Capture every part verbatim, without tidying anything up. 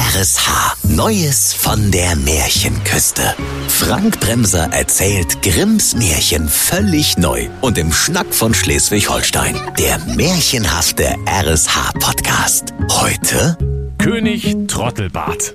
R S H. Neues von der Märchenküste. Frank Bremser erzählt Grimms Märchen völlig neu und im Schnack von Schleswig-Holstein. Der märchenhafte R S H-Podcast. Heute König Trottelbart.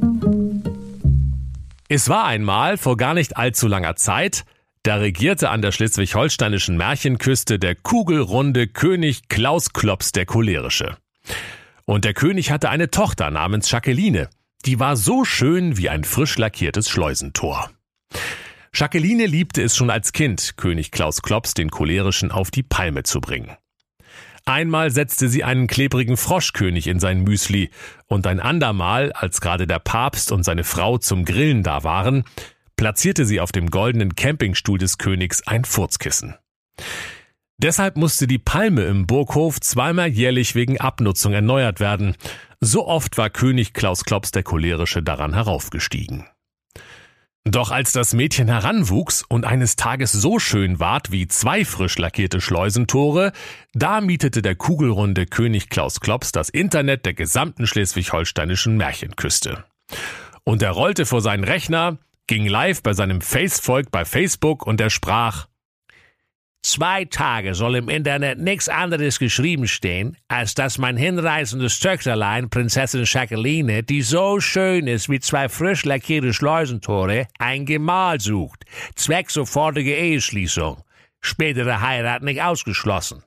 Es war einmal, vor gar nicht allzu langer Zeit, da regierte an der schleswig-holsteinischen Märchenküste der kugelrunde König Klaus Klops der Cholerische. Und der König hatte eine Tochter namens Jacqueline, die war so schön wie ein frisch lackiertes Schleusentor. Jacqueline liebte es schon als Kind, König Klaus Klops den Cholerischen auf die Palme zu bringen. Einmal setzte sie einen klebrigen Froschkönig in sein Müsli und ein andermal, als gerade der Papst und seine Frau zum Grillen da waren, platzierte sie auf dem goldenen Campingstuhl des Königs ein Furzkissen. Deshalb musste die Palme im Burghof zweimal jährlich wegen Abnutzung erneuert werden. So oft war König Klaus Klops der Cholerische daran heraufgestiegen. Doch als das Mädchen heranwuchs und eines Tages so schön ward wie zwei frisch lackierte Schleusentore, da mietete der kugelrunde König Klaus Klops das Internet der gesamten schleswig-holsteinischen Märchenküste. Und er rollte vor seinen Rechner, ging live bei seinem Facevolk bei Facebook und er sprach: Zwei Tage soll im Internet nichts anderes geschrieben stehen, als dass mein hinreißendes Töchterlein, Prinzessin Jacqueline, die so schön ist wie zwei frisch lackierte Schleusentore, ein Gemahl sucht, zwecks sofortige Eheschließung. Spätere Heirat nicht ausgeschlossen.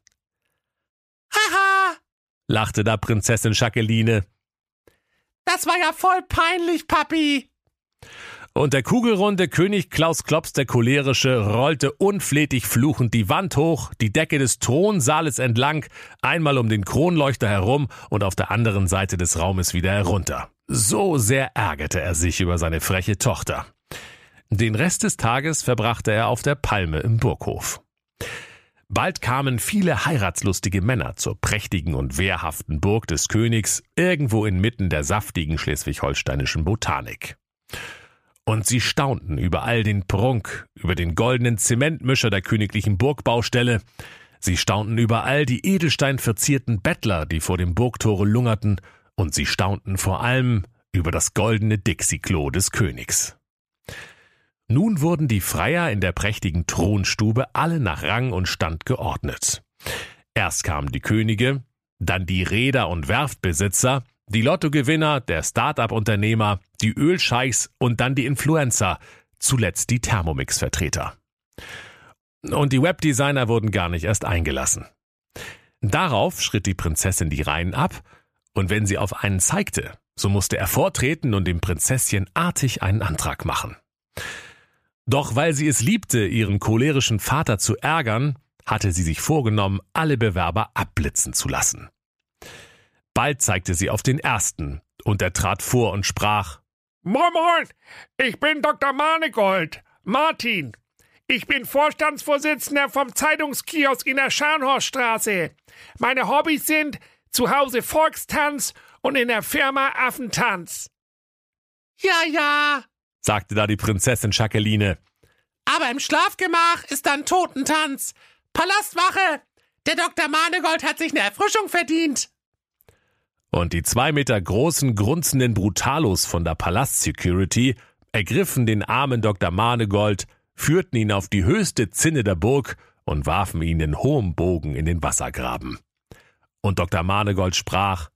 Haha, lachte da Prinzessin Jacqueline. Das war ja voll peinlich, Papi. Und der kugelrunde König Klaus Klops der Cholerische rollte unflätig fluchend die Wand hoch, die Decke des Thronsaales entlang, einmal um den Kronleuchter herum und auf der anderen Seite des Raumes wieder herunter. So sehr ärgerte er sich über seine freche Tochter. Den Rest des Tages verbrachte er auf der Palme im Burghof. Bald kamen viele heiratslustige Männer zur prächtigen und wehrhaften Burg des Königs, irgendwo inmitten der saftigen schleswig-holsteinischen Botanik. Und sie staunten über all den Prunk, über den goldenen Zementmischer der königlichen Burgbaustelle. Sie staunten über all die edelsteinverzierten Bettler, die vor dem Burgtore lungerten. Und sie staunten vor allem über das goldene Dixie-Klo des Königs. Nun wurden die Freier in der prächtigen Thronstube alle nach Rang und Stand geordnet. Erst kamen die Könige, dann die Reeder und Werftbesitzer, die Lottogewinner, der Start-up-Unternehmer, die Ölscheichs und dann die Influencer, zuletzt die Thermomix-Vertreter. Und die Webdesigner wurden gar nicht erst eingelassen. Darauf schritt die Prinzessin die Reihen ab, und wenn sie auf einen zeigte, so musste er vortreten und dem Prinzesschen artig einen Antrag machen. Doch weil sie es liebte, ihren cholerischen Vater zu ärgern, hatte sie sich vorgenommen, alle Bewerber abblitzen zu lassen. Bald zeigte sie auf den ersten, und er trat vor und sprach: Moin moin, ich bin Doktor Manegold, Martin. Ich bin Vorstandsvorsitzender vom Zeitungskiosk in der Scharnhorststraße. Meine Hobbys sind zu Hause Volkstanz und in der Firma Affentanz. Ja, ja, sagte da die Prinzessin Jacqueline. Aber im Schlafgemach ist dann Totentanz. Palastwache, der Doktor Manegold hat sich eine Erfrischung verdient. Und die zwei Meter großen, grunzenden Brutalos von der Palast-Security ergriffen den armen Doktor Manegold, führten ihn auf die höchste Zinne der Burg und warfen ihn in hohem Bogen in den Wassergraben. Und Doktor Manegold sprach: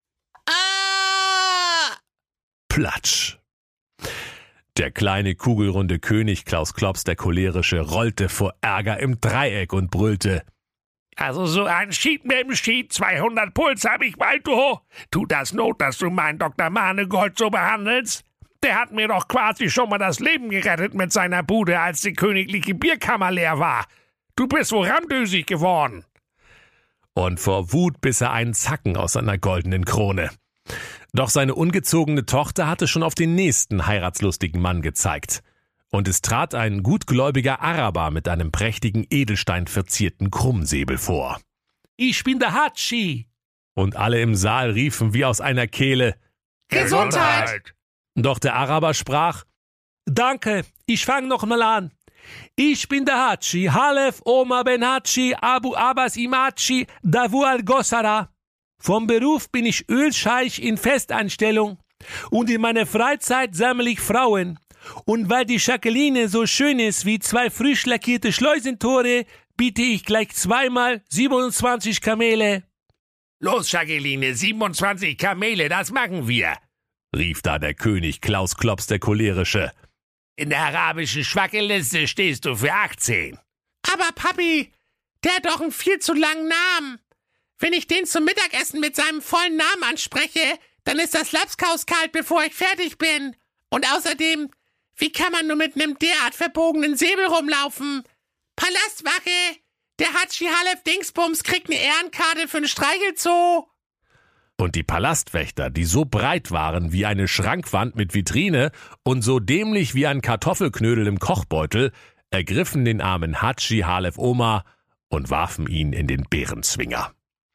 Ah! Platsch! Der kleine kugelrunde König Klaus Klops der Cholerische rollte vor Ärger im Dreieck und brüllte: Also so ein Schied mit dem Schied, zweihundert Puls hab ich bald, du. Tut das Not, dass du meinen Doktor Manegold so behandelst? Der hat mir doch quasi schon mal das Leben gerettet mit seiner Bude, als die königliche Bierkammer leer war. Du bist wohl ramdösig geworden. Und vor Wut biss er einen Zacken aus seiner goldenen Krone. Doch seine ungezogene Tochter hatte schon auf den nächsten heiratslustigen Mann gezeigt. Und es trat ein gutgläubiger Araber mit einem prächtigen edelsteinverzierten Krummsäbel vor. Ich bin der Hatschi. Und alle im Saal riefen wie aus einer Kehle: Gesundheit! Doch der Araber sprach: Danke, ich fang noch mal an. Ich bin der Hatschi, Halef Oma Ben Hatschi, Abu Abbas Imachi, Dawu al-Gossara. Vom Beruf bin ich Ölscheich in Festanstellung. Und in meiner Freizeit sammle ich Frauen. Und weil die Jacqueline so schön ist wie zwei frisch lackierte Schleusentore, biete ich gleich zweimal siebenundzwanzig Kamele. Los, Jacqueline, siebenundzwanzig Kamele, das machen wir, rief da der König Klaus Klops der Cholerische. In der arabischen Schwackelliste stehst du für achtzehn. Aber Papi, der hat doch einen viel zu langen Namen. Wenn ich den zum Mittagessen mit seinem vollen Namen anspreche, dann ist das Lapskaus kalt, bevor ich fertig bin. Und außerdem, wie kann man nur mit einem derart verbogenen Säbel rumlaufen? Palastwache, der Hatschi Halef Dingsbums kriegt eine Ehrenkarte für einen Streichelzoo. Und die Palastwächter, die so breit waren wie eine Schrankwand mit Vitrine und so dämlich wie ein Kartoffelknödel im Kochbeutel, ergriffen den armen Hatschi Halef Omar und warfen ihn in den Bärenzwinger.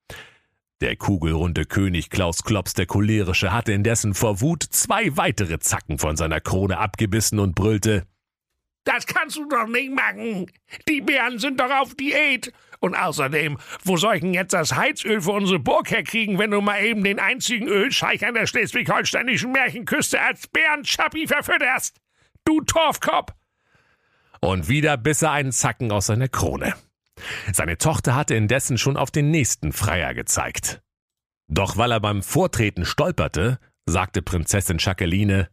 Der kugelrunde König Klaus Klops der Cholerische hatte indessen vor Wut zwei weitere Zacken von seiner Krone abgebissen und brüllte: Das kannst du doch nicht machen. Die Bären sind doch auf Diät. Und außerdem, wo soll ich denn jetzt das Heizöl für unsere Burg herkriegen, wenn du mal eben den einzigen Ölscheich an der schleswig-holsteinischen Märchenküste als Bärenschappi verfütterst? Du Torfkopf! Und wieder biss er einen Zacken aus seiner Krone. Seine Tochter hatte indessen schon auf den nächsten Freier gezeigt. Doch weil er beim Vortreten stolperte, sagte Prinzessin Jacqueline: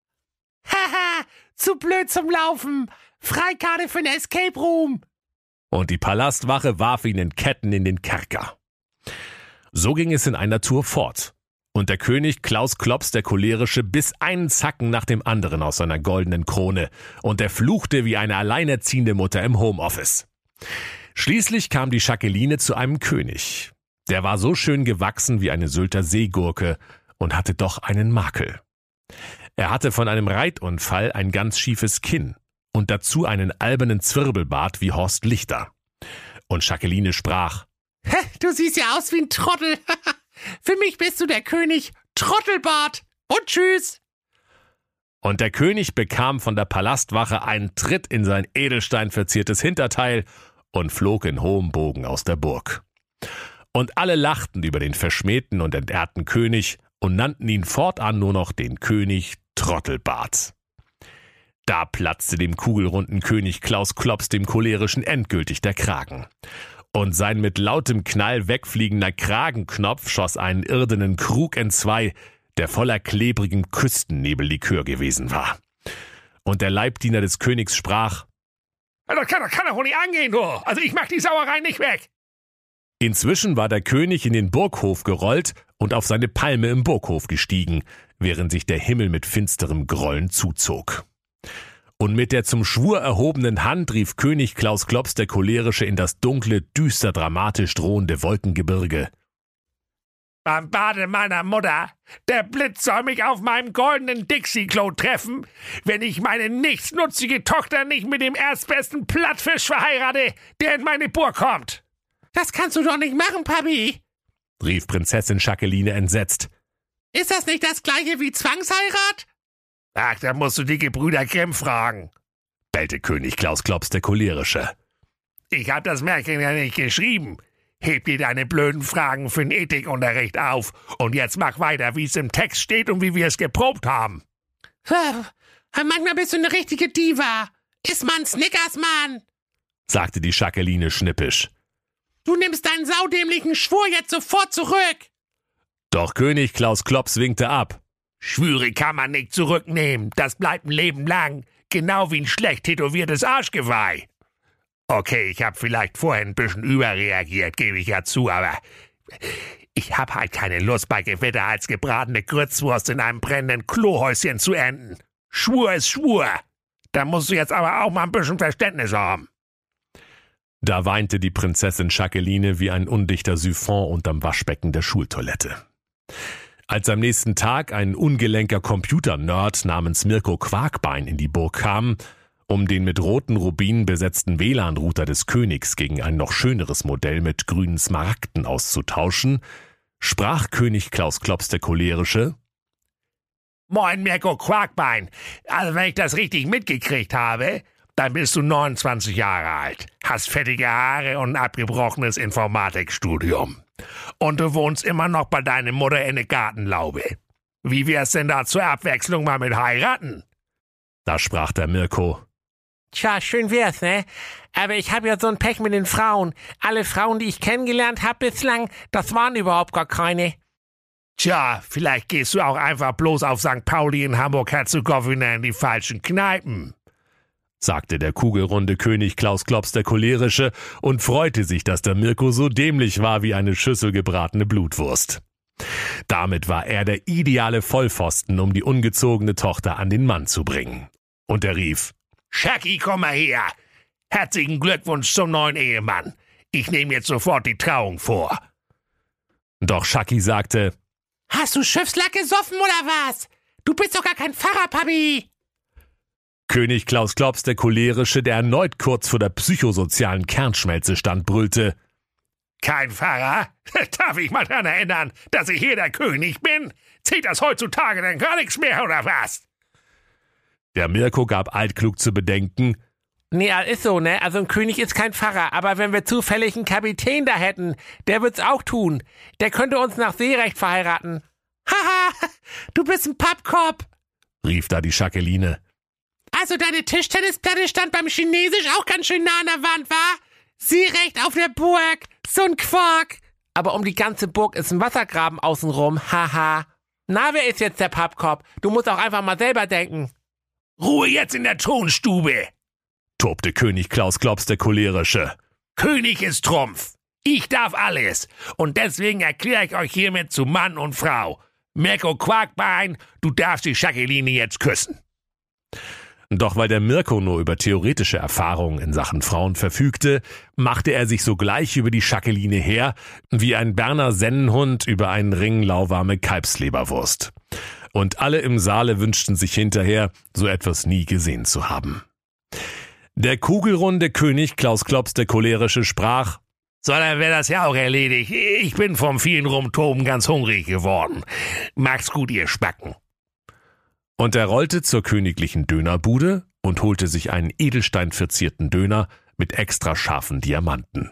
Haha, zu blöd zum Laufen. Freikarte für den Escape Room. Und die Palastwache warf ihn in Ketten in den Kerker. So ging es in einer Tour fort. Und der König Klaus Klops der Cholerische biss einen Zacken nach dem anderen aus seiner goldenen Krone, und er fluchte wie eine alleinerziehende Mutter im Homeoffice. Schließlich kam die Jacqueline zu einem König. Der war so schön gewachsen wie eine Sylter Seegurke und hatte doch einen Makel. Er hatte von einem Reitunfall ein ganz schiefes Kinn und dazu einen albernen Zwirbelbart wie Horst Lichter. Und Jacqueline sprach: Du siehst ja aus wie ein Trottel. Für mich bist du der König Trottelbart. Und tschüss. Und der König bekam von der Palastwache einen Tritt in sein edelsteinverziertes Hinterteil und flog in hohem Bogen aus der Burg. Und alle lachten über den verschmähten und entehrten König und nannten ihn fortan nur noch den König Trottelbart. Da platzte dem kugelrunden König Klaus Klops dem Cholerischen endgültig der Kragen. Und sein mit lautem Knall wegfliegender Kragenknopf schoss einen irdenen Krug entzwei, der voller klebrigem Küstennebellikör gewesen war. Und der Leibdiener des Königs sprach: Das kann doch, kann doch nicht angehen, du. Also ich mach die Sauerei nicht weg. Inzwischen war der König in den Burghof gerollt und auf seine Palme im Burghof gestiegen, während sich der Himmel mit finsterem Grollen zuzog. Und mit der zum Schwur erhobenen Hand rief König Klaus Klops der Cholerische in das dunkle, düster dramatisch drohende Wolkengebirge: Beim Bade meiner Mutter, der Blitz soll mich auf meinem goldenen Dixie-Klo treffen, wenn ich meine nichtsnutzige Tochter nicht mit dem erstbesten Plattfisch verheirate, der in meine Burg kommt. Das kannst du doch nicht machen, Papi, rief Prinzessin Jacqueline entsetzt. Ist das nicht das gleiche wie Zwangsheirat? Ach, da musst du die Gebrüder Grimm fragen, bellte König Klaus Klops der Cholerische. Ich hab das Märchen ja nicht geschrieben. Heb dir deine blöden Fragen für den Ethikunterricht auf und jetzt mach weiter, wie es im Text steht und wie wir es geprobt haben. Manchmal bist du eine richtige Diva. Iss mal einen Snickers, Mann, sagte die Jacqueline schnippisch. Du nimmst deinen saudämlichen Schwur jetzt sofort zurück. Doch König Klaus Klops winkte ab. Schwüre kann man nicht zurücknehmen. Das bleibt ein Leben lang. Genau wie ein schlecht tätowiertes Arschgeweih. Okay, ich hab vielleicht vorhin ein bisschen überreagiert, gebe ich ja zu, aber ich hab halt keine Lust, bei Gewitter als gebratene Grützwurst in einem brennenden Klohäuschen zu enden. Schwur ist Schwur. Da musst du jetzt aber auch mal ein bisschen Verständnis haben. Da weinte die Prinzessin Jacqueline wie ein undichter Siphon unterm Waschbecken der Schultoilette. Als am nächsten Tag ein ungelenker Computer-Nerd namens Mirko Quarkbein in die Burg kam, um den mit roten Rubinen besetzten W L A N-Router des Königs gegen ein noch schöneres Modell mit grünen Smaragden auszutauschen, sprach König Klaus Klops der Cholerische: Moin Mirko Quarkbein, also wenn ich das richtig mitgekriegt habe, dann bist du neunundzwanzig Jahre alt, hast fettige Haare und ein abgebrochenes Informatikstudium. Und du wohnst immer noch bei deiner Mutter in der Gartenlaube. Wie wär's denn da zur Abwechslung mal mit heiraten? Da sprach der Mirko. Tja, schön wär's, ne? Aber ich habe ja so ein Pech mit den Frauen. Alle Frauen, die ich kennengelernt habe bislang, das waren überhaupt gar keine. Tja, vielleicht gehst du auch einfach bloß auf Sankt Pauli in Hamburg-Herzegowina in die falschen Kneipen, sagte der kugelrunde König Klaus Klops der Cholerische und freute sich, dass der Mirko so dämlich war wie eine Schüssel gebratene Blutwurst. Damit war er der ideale Vollpfosten, um die ungezogene Tochter an den Mann zu bringen. Und er rief: Schacki, komm mal her. Herzlichen Glückwunsch zum neuen Ehemann. Ich nehme jetzt sofort die Trauung vor. Doch Schacki sagte: Hast du Schiffslack gesoffen oder was? Du bist doch gar kein Pfarrer, Papi. König Klaus Klops der Cholerische, der erneut kurz vor der psychosozialen Kernschmelze stand, brüllte: Kein Pfarrer? Darf ich mal daran erinnern, dass ich hier der König bin? Zählt das heutzutage denn gar nichts mehr, oder was? Der Mirko gab altklug zu bedenken: Nee, ist so, ne? Also ein König ist kein Pfarrer, aber wenn wir zufällig einen Kapitän da hätten, der wird's auch tun. Der könnte uns nach Seerecht verheiraten. Haha, du bist ein Pappkorb, rief da die Jacqueline. Also deine Tischtennisplatte stand beim Chinesisch auch ganz schön nah an der Wand, wa? Seerecht auf der Burg, so ein Quark. Aber um die ganze Burg ist ein Wassergraben außenrum, haha. Na, wer ist jetzt der Pappkorb? Du musst auch einfach mal selber denken. Ruhe jetzt in der Tonstube, tobte König Klaus Klops der Cholerische. König ist Trumpf. Ich darf alles. Und deswegen erkläre ich euch hiermit zu Mann und Frau. Mirko Quarkbein, du darfst die Jacqueline jetzt küssen. Doch weil der Mirko nur über theoretische Erfahrungen in Sachen Frauen verfügte, machte er sich sogleich über die Jacqueline her, wie ein Berner Sennenhund über einen Ring lauwarme Kalbsleberwurst. Und alle im Saale wünschten sich hinterher, so etwas nie gesehen zu haben. Der kugelrunde König Klaus Klops der Cholerische sprach: So, dann wäre das ja auch erledigt. Ich bin vom vielen Rumtoben ganz hungrig geworden. Macht's gut, ihr Spacken. Und er rollte zur königlichen Dönerbude und holte sich einen edelsteinverzierten Döner mit extra scharfen Diamanten.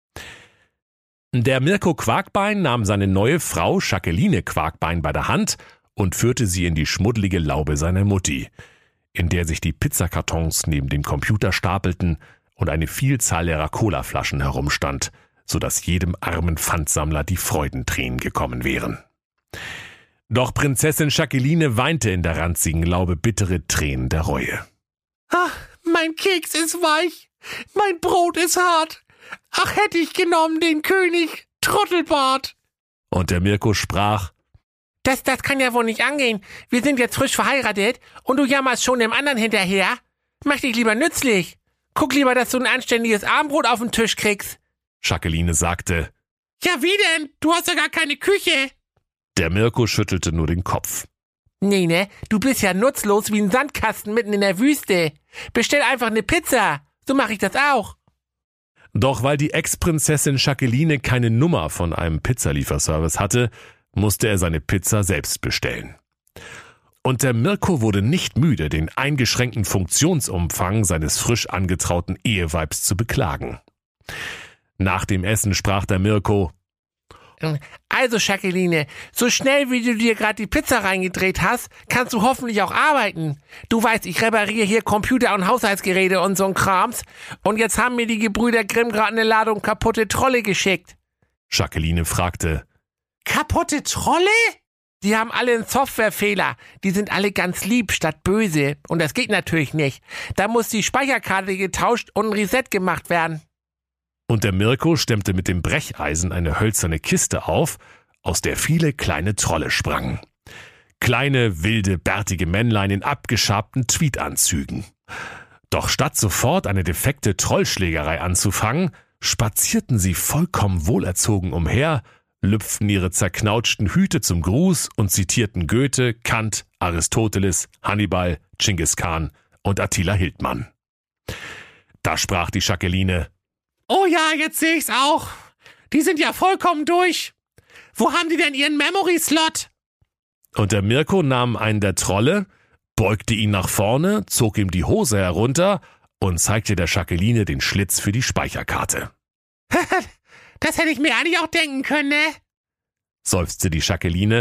Der Mirko Quarkbein nahm seine neue Frau Jacqueline Quarkbein bei der Hand und führte sie in die schmuddelige Laube seiner Mutti, in der sich die Pizzakartons neben dem Computer stapelten und eine Vielzahl leerer Colaflaschen herumstand, so dass jedem armen Pfandsammler die Freudentränen gekommen wären. Doch Prinzessin Jacqueline weinte in der ranzigen Laube bittere Tränen der Reue. Ach, mein Keks ist weich, mein Brot ist hart. Ach, hätte ich genommen den König Trottelbart. Und der Mirko sprach: Das, das kann ja wohl nicht angehen. Wir sind jetzt frisch verheiratet und du jammerst schon dem anderen hinterher. Mach dich lieber nützlich. Guck lieber, dass du ein anständiges Abendbrot auf den Tisch kriegst. Jacqueline sagte: Ja, wie denn? Du hast ja gar keine Küche. Der Mirko schüttelte nur den Kopf. Nee, ne? Du bist ja nutzlos wie ein Sandkasten mitten in der Wüste. Bestell einfach eine Pizza. So mache ich das auch. Doch weil die Ex-Prinzessin Jacqueline keine Nummer von einem Pizzalieferservice hatte, musste er seine Pizza selbst bestellen. Und der Mirko wurde nicht müde, den eingeschränkten Funktionsumfang seines frisch angetrauten Eheweibs zu beklagen. Nach dem Essen sprach der Mirko: Also, Jacqueline, so schnell wie du dir gerade die Pizza reingedreht hast, kannst du hoffentlich auch arbeiten. Du weißt, ich repariere hier Computer und Haushaltsgeräte und so ein Krams. Und jetzt haben mir die Gebrüder Grimm gerade eine Ladung kaputte Trolle geschickt. Jacqueline fragte: Kaputte Trolle? Die haben alle einen Softwarefehler. Die sind alle ganz lieb statt böse. Und das geht natürlich nicht. Da muss die Speicherkarte getauscht und ein Reset gemacht werden. Und der Mirko stemmte mit dem Brecheisen eine hölzerne Kiste auf, aus der viele kleine Trolle sprangen. Kleine, wilde, bärtige Männlein in abgeschabten Tweedanzügen. Doch statt sofort eine defekte Trollschlägerei anzufangen, spazierten sie vollkommen wohlerzogen umher, lüpften ihre zerknautschten Hüte zum Gruß und zitierten Goethe, Kant, Aristoteles, Hannibal, Genghis Khan und Attila Hildmann. Da sprach die Jacqueline: Oh ja, jetzt sehe ich's auch. Die sind ja vollkommen durch. Wo haben die denn ihren Memory-Slot? Und der Mirko nahm einen der Trolle, beugte ihn nach vorne, zog ihm die Hose herunter und zeigte der Jacqueline den Schlitz für die Speicherkarte. Das hätte ich mir eigentlich auch denken können, ne? Seufzte die Jacqueline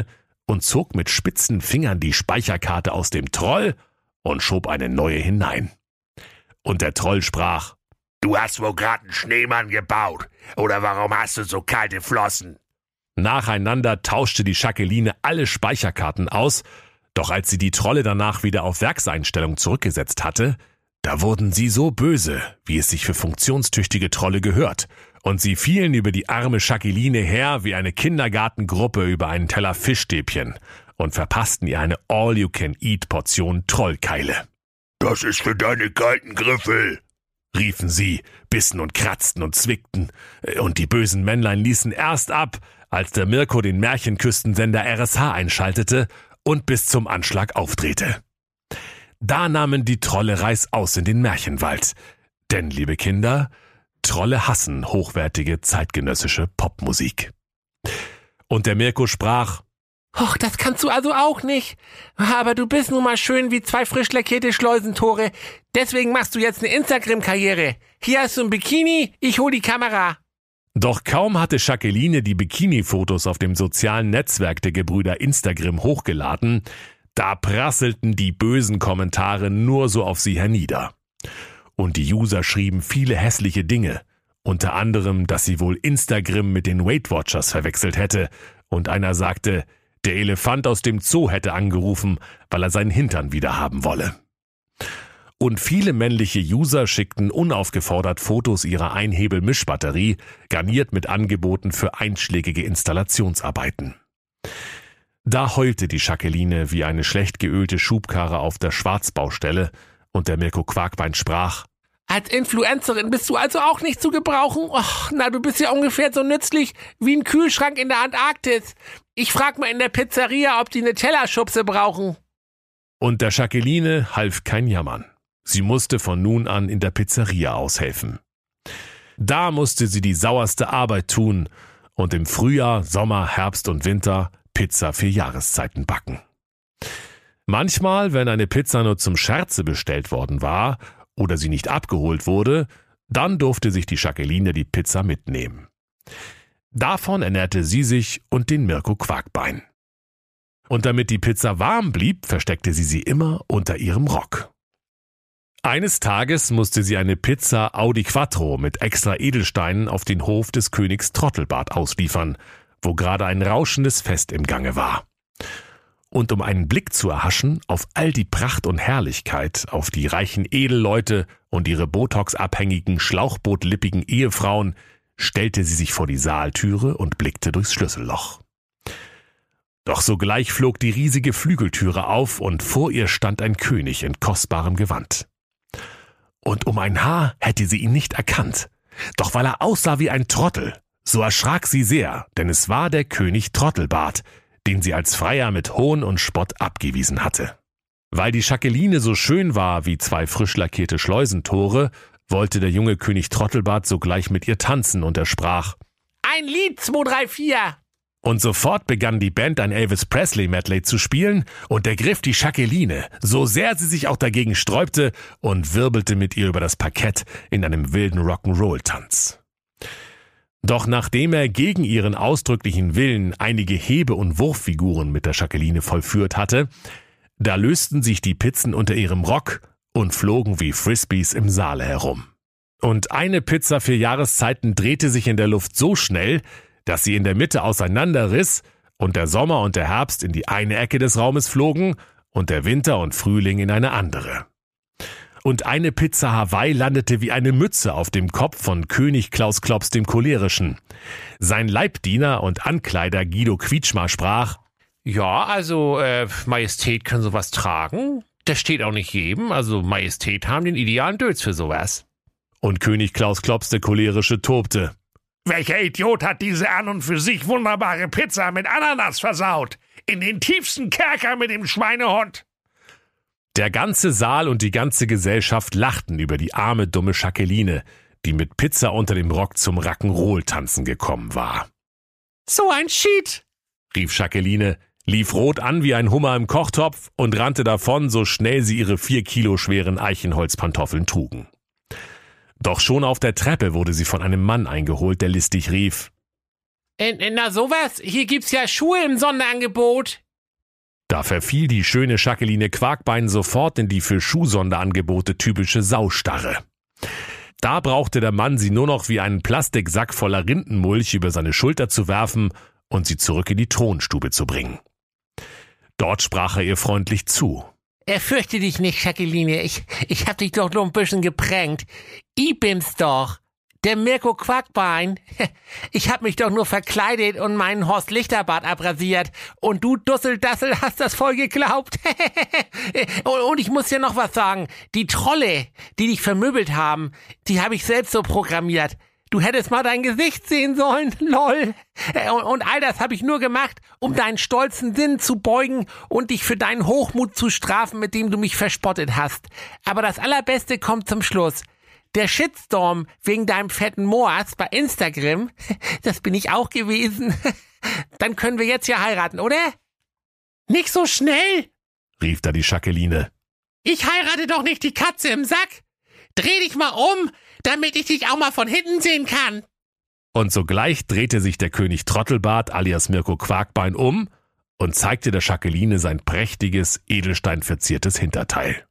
und zog mit spitzen Fingern die Speicherkarte aus dem Troll und schob eine neue hinein. Und der Troll sprach: Du hast wohl gerade einen Schneemann gebaut, oder warum hast du so kalte Flossen? Nacheinander tauschte die Jacqueline alle Speicherkarten aus, doch als sie die Trolle danach wieder auf Werkseinstellung zurückgesetzt hatte, da wurden sie so böse, wie es sich für funktionstüchtige Trolle gehört, und sie fielen über die arme Jacqueline her wie eine Kindergartengruppe über einen Teller Fischstäbchen und verpassten ihr eine All-You-Can-Eat-Portion Trollkeile. Das ist für deine kalten Griffel, riefen sie, bissen und kratzten und zwickten, und die bösen Männlein ließen erst ab, als der Mirko den Märchenküstensender R S H einschaltete und bis zum Anschlag aufdrehte. Da nahmen die Trolle reißaus in den Märchenwald. Denn, liebe Kinder, Trolle hassen hochwertige zeitgenössische Popmusik. Und der Mirko sprach: Och, das kannst du also auch nicht. Aber du bist nun mal schön wie zwei frisch lackierte Schleusentore. Deswegen machst du jetzt eine Instagram-Karriere. Hier hast du ein Bikini, ich hol die Kamera. Doch kaum hatte Jacqueline die Bikini-Fotos auf dem sozialen Netzwerk der Gebrüder Instagram hochgeladen, da prasselten die bösen Kommentare nur so auf sie hernieder. Und die User schrieben viele hässliche Dinge, unter anderem, dass sie wohl Instagram mit den Weight Watchers verwechselt hätte, und einer sagte, der Elefant aus dem Zoo hätte angerufen, weil er seinen Hintern wieder haben wolle. Und viele männliche User schickten unaufgefordert Fotos ihrer Einhebel-Mischbatterie, garniert mit Angeboten für einschlägige Installationsarbeiten. Da heulte die Jacqueline wie eine schlecht geölte Schubkarre auf der Schwarzbaustelle, und der Mirko Quarkbein sprach: Als Influencerin bist du also auch nicht zu gebrauchen? Och, na, du bist ja ungefähr so nützlich wie ein Kühlschrank in der Antarktis. Ich frag mal in der Pizzeria, ob die eine Tellerschubse brauchen. Und der Jacqueline half kein Jammern. Sie musste von nun an in der Pizzeria aushelfen. Da musste sie die sauerste Arbeit tun und im Frühjahr, Sommer, Herbst und Winter Pizza für Jahreszeiten backen. Manchmal, wenn eine Pizza nur zum Scherze bestellt worden war oder sie nicht abgeholt wurde, dann durfte sich die Jacqueline die Pizza mitnehmen. Davon ernährte sie sich und den Mirko Quarkbein. Und damit die Pizza warm blieb, versteckte sie sie immer unter ihrem Rock. Eines Tages musste sie eine Pizza Audi Quattro mit extra Edelsteinen auf den Hof des Königs Trottelbart ausliefern, wo gerade ein rauschendes Fest im Gange war. Und um einen Blick zu erhaschen auf all die Pracht und Herrlichkeit, auf die reichen Edelleute und ihre botoxabhängigen, schlauchbootlippigen Ehefrauen, stellte sie sich vor die Saaltüre und blickte durchs Schlüsselloch. Doch sogleich flog die riesige Flügeltüre auf und vor ihr stand ein König in kostbarem Gewand. Und um ein Haar hätte sie ihn nicht erkannt. Doch weil er aussah wie ein Trottel, so erschrak sie sehr, denn es war der König Trottelbart, den sie als Freier mit Hohn und Spott abgewiesen hatte. Weil die Jacqueline so schön war wie zwei frisch lackierte Schleusentore, wollte der junge König Trottelbart sogleich mit ihr tanzen und er sprach: Ein Lied, zwei, drei, vier. Und sofort begann die Band ein Elvis Presley-Medley zu spielen und ergriff die Jacqueline, so sehr sie sich auch dagegen sträubte, und wirbelte mit ihr über das Parkett in einem wilden Rock'n'Roll-Tanz. Doch nachdem er gegen ihren ausdrücklichen Willen einige Hebe- und Wurffiguren mit der Jacqueline vollführt hatte, da lösten sich die Pizzen unter ihrem Rock und flogen wie Frisbees im Saale herum. Und eine Pizza für Jahreszeiten drehte sich in der Luft so schnell, dass sie in der Mitte auseinanderriss und der Sommer und der Herbst in die eine Ecke des Raumes flogen und der Winter und Frühling in eine andere. Und eine Pizza Hawaii landete wie eine Mütze auf dem Kopf von König Klaus Klops dem Cholerischen. Sein Leibdiener und Ankleider Guido Quietschmar sprach: Ja, also, äh, Majestät können sowas tragen. Das steht auch nicht jedem. Also, Majestät haben den idealen Dötz für sowas. Und König Klaus Klops der Cholerische tobte: Welcher Idiot hat diese an und für sich wunderbare Pizza mit Ananas versaut? In den tiefsten Kerker mit dem Schweinehund! Der ganze Saal und die ganze Gesellschaft lachten über die arme, dumme Jacqueline, die mit Pizza unter dem Rock zum Rock'n'Roll-Tanzen gekommen war. So ein Schied, rief Jacqueline, lief rot an wie ein Hummer im Kochtopf und rannte davon, so schnell sie ihre vier Kilo schweren Eichenholzpantoffeln trugen. Doch schon auf der Treppe wurde sie von einem Mann eingeholt, der listig rief: Na sowas, hier gibt's ja Schuhe im Sonderangebot. Da verfiel die schöne Jacqueline Quarkbein sofort in die für Schuhsonderangebote typische Saustarre. Da brauchte der Mann sie nur noch wie einen Plastiksack voller Rindenmulch über seine Schulter zu werfen und sie zurück in die Thronstube zu bringen. Dort sprach er ihr freundlich zu. Er fürchte dich nicht, Jacqueline. Ich, ich hab dich doch nur ein bisschen gepränkt. Ich bin's doch. Der Mirko Quarkbein. Ich hab mich doch nur verkleidet und meinen Horst Lichterbart abrasiert. Und du, Dusseldassel, hast das voll geglaubt. Und ich muss dir noch was sagen. Die Trolle, die dich vermöbelt haben, die habe ich selbst so programmiert. Du hättest mal dein Gesicht sehen sollen, lol. Und all das habe ich nur gemacht, um deinen stolzen Sinn zu beugen und dich für deinen Hochmut zu strafen, mit dem du mich verspottet hast. Aber das Allerbeste kommt zum Schluss. Der Shitstorm wegen deinem fetten Moas bei Instagram, das bin ich auch gewesen. Dann können wir jetzt ja heiraten, oder? Nicht so schnell, rief da die Jacqueline. Ich heirate doch nicht die Katze im Sack. Dreh dich mal um, damit ich dich auch mal von hinten sehen kann. Und sogleich drehte sich der König Trottelbart alias Mirko Quarkbein um und zeigte der Jacqueline sein prächtiges, edelsteinverziertes Hinterteil.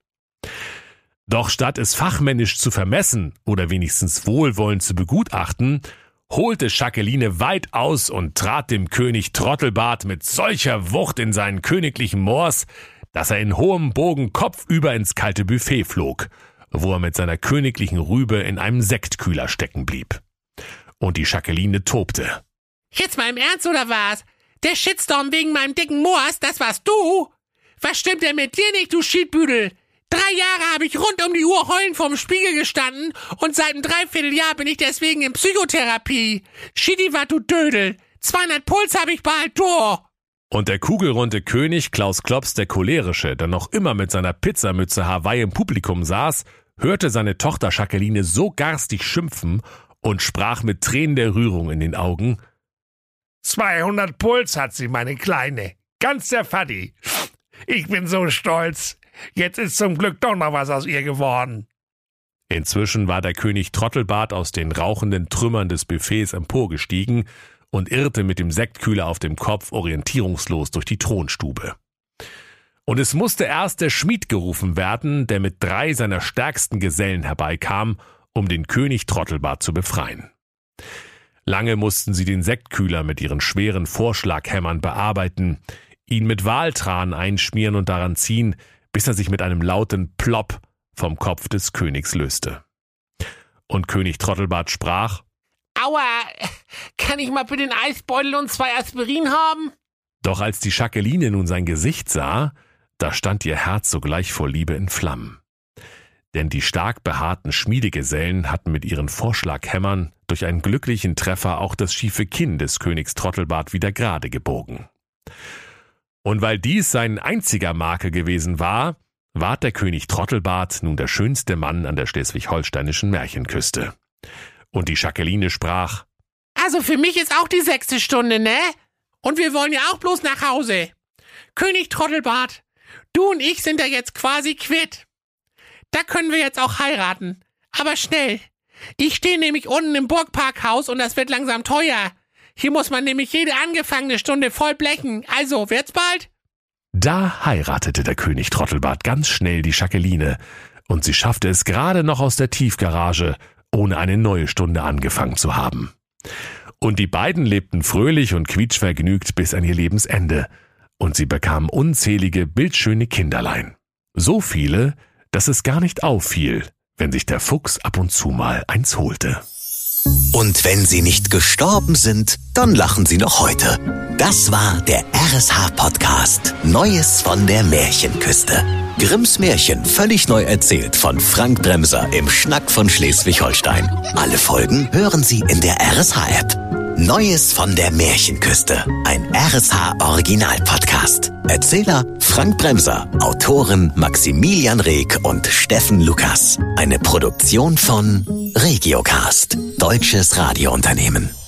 Doch statt es fachmännisch zu vermessen oder wenigstens wohlwollend zu begutachten, holte Jacqueline weit aus und trat dem König Trottelbart mit solcher Wucht in seinen königlichen Moors, dass er in hohem Bogen kopfüber ins kalte Buffet flog, wo er mit seiner königlichen Rübe in einem Sektkühler stecken blieb. Und die Jacqueline tobte. Jetzt mal im Ernst, oder was? Der Shitstorm wegen meinem dicken Moas, das warst du? Was stimmt denn mit dir nicht, du Schiedbüdel? Drei Jahre habe ich rund um die Uhr heulend vorm Spiegel gestanden und seit einem Dreivierteljahr bin ich deswegen in Psychotherapie. Schiedi, wat du Dödel. zweihundert Puls habe ich bald, du. Und der kugelrunde König Klaus Klops der Cholerische, der noch immer mit seiner Pizzamütze Hawaii im Publikum saß, hörte seine Tochter Jacqueline so garstig schimpfen und sprach mit Tränen der Rührung in den Augen. zweihundert Puls hat sie, meine Kleine. Ganz der Faddi. Ich bin so stolz. Jetzt ist zum Glück doch noch was aus ihr geworden. Inzwischen war der König Trottelbart aus den rauchenden Trümmern des Buffets emporgestiegen und irrte mit dem Sektkühler auf dem Kopf orientierungslos durch die Thronstube. Und es musste erst der Schmied gerufen werden, der mit drei seiner stärksten Gesellen herbeikam, um den König Trottelbart zu befreien. Lange mussten sie den Sektkühler mit ihren schweren Vorschlaghämmern bearbeiten, ihn mit Waltran einschmieren und daran ziehen, bis er sich mit einem lauten Plopp vom Kopf des Königs löste. Und König Trottelbart sprach: Aua, kann ich mal bitte einen Eisbeutel und zwei Aspirin haben? Doch als die Jacqueline nun sein Gesicht sah, da stand ihr Herz sogleich vor Liebe in Flammen. Denn die stark behaarten Schmiedegesellen hatten mit ihren Vorschlaghämmern durch einen glücklichen Treffer auch das schiefe Kinn des Königs Trottelbart wieder gerade gebogen. Und weil dies sein einziger Makel gewesen war, ward der König Trottelbart nun der schönste Mann an der schleswig-holsteinischen Märchenküste. Und die Jacqueline sprach: Also für mich ist auch die sechste Stunde, ne? Und wir wollen ja auch bloß nach Hause. König Trottelbart, du und ich sind ja jetzt quasi quitt. Da können wir jetzt auch heiraten. Aber schnell. Ich stehe nämlich unten im Burgparkhaus und das wird langsam teuer. Hier muss man nämlich jede angefangene Stunde voll blechen. Also, wird's bald? Da heiratete der König Trottelbart ganz schnell die Jacqueline und sie schaffte es gerade noch aus der Tiefgarage, ohne eine neue Stunde angefangen zu haben. Und die beiden lebten fröhlich und quietschvergnügt bis an ihr Lebensende und sie bekamen unzählige, bildschöne Kinderlein. So viele, dass es gar nicht auffiel, wenn sich der Fuchs ab und zu mal eins holte. Und wenn sie nicht gestorben sind, dann lachen sie noch heute. Das war der R S H-Podcast Neues von der Märchenküste. Grimms Märchen völlig neu erzählt von Frank Bremser im Schnack von Schleswig-Holstein. Alle Folgen hören Sie in der R S H-App. Neues von der Märchenküste, ein R S H-Original-Podcast. Erzähler Frank Bremser, Autoren Maximilian Reg und Steffen Lukas. Eine Produktion von Regiocast, deutsches Radiounternehmen.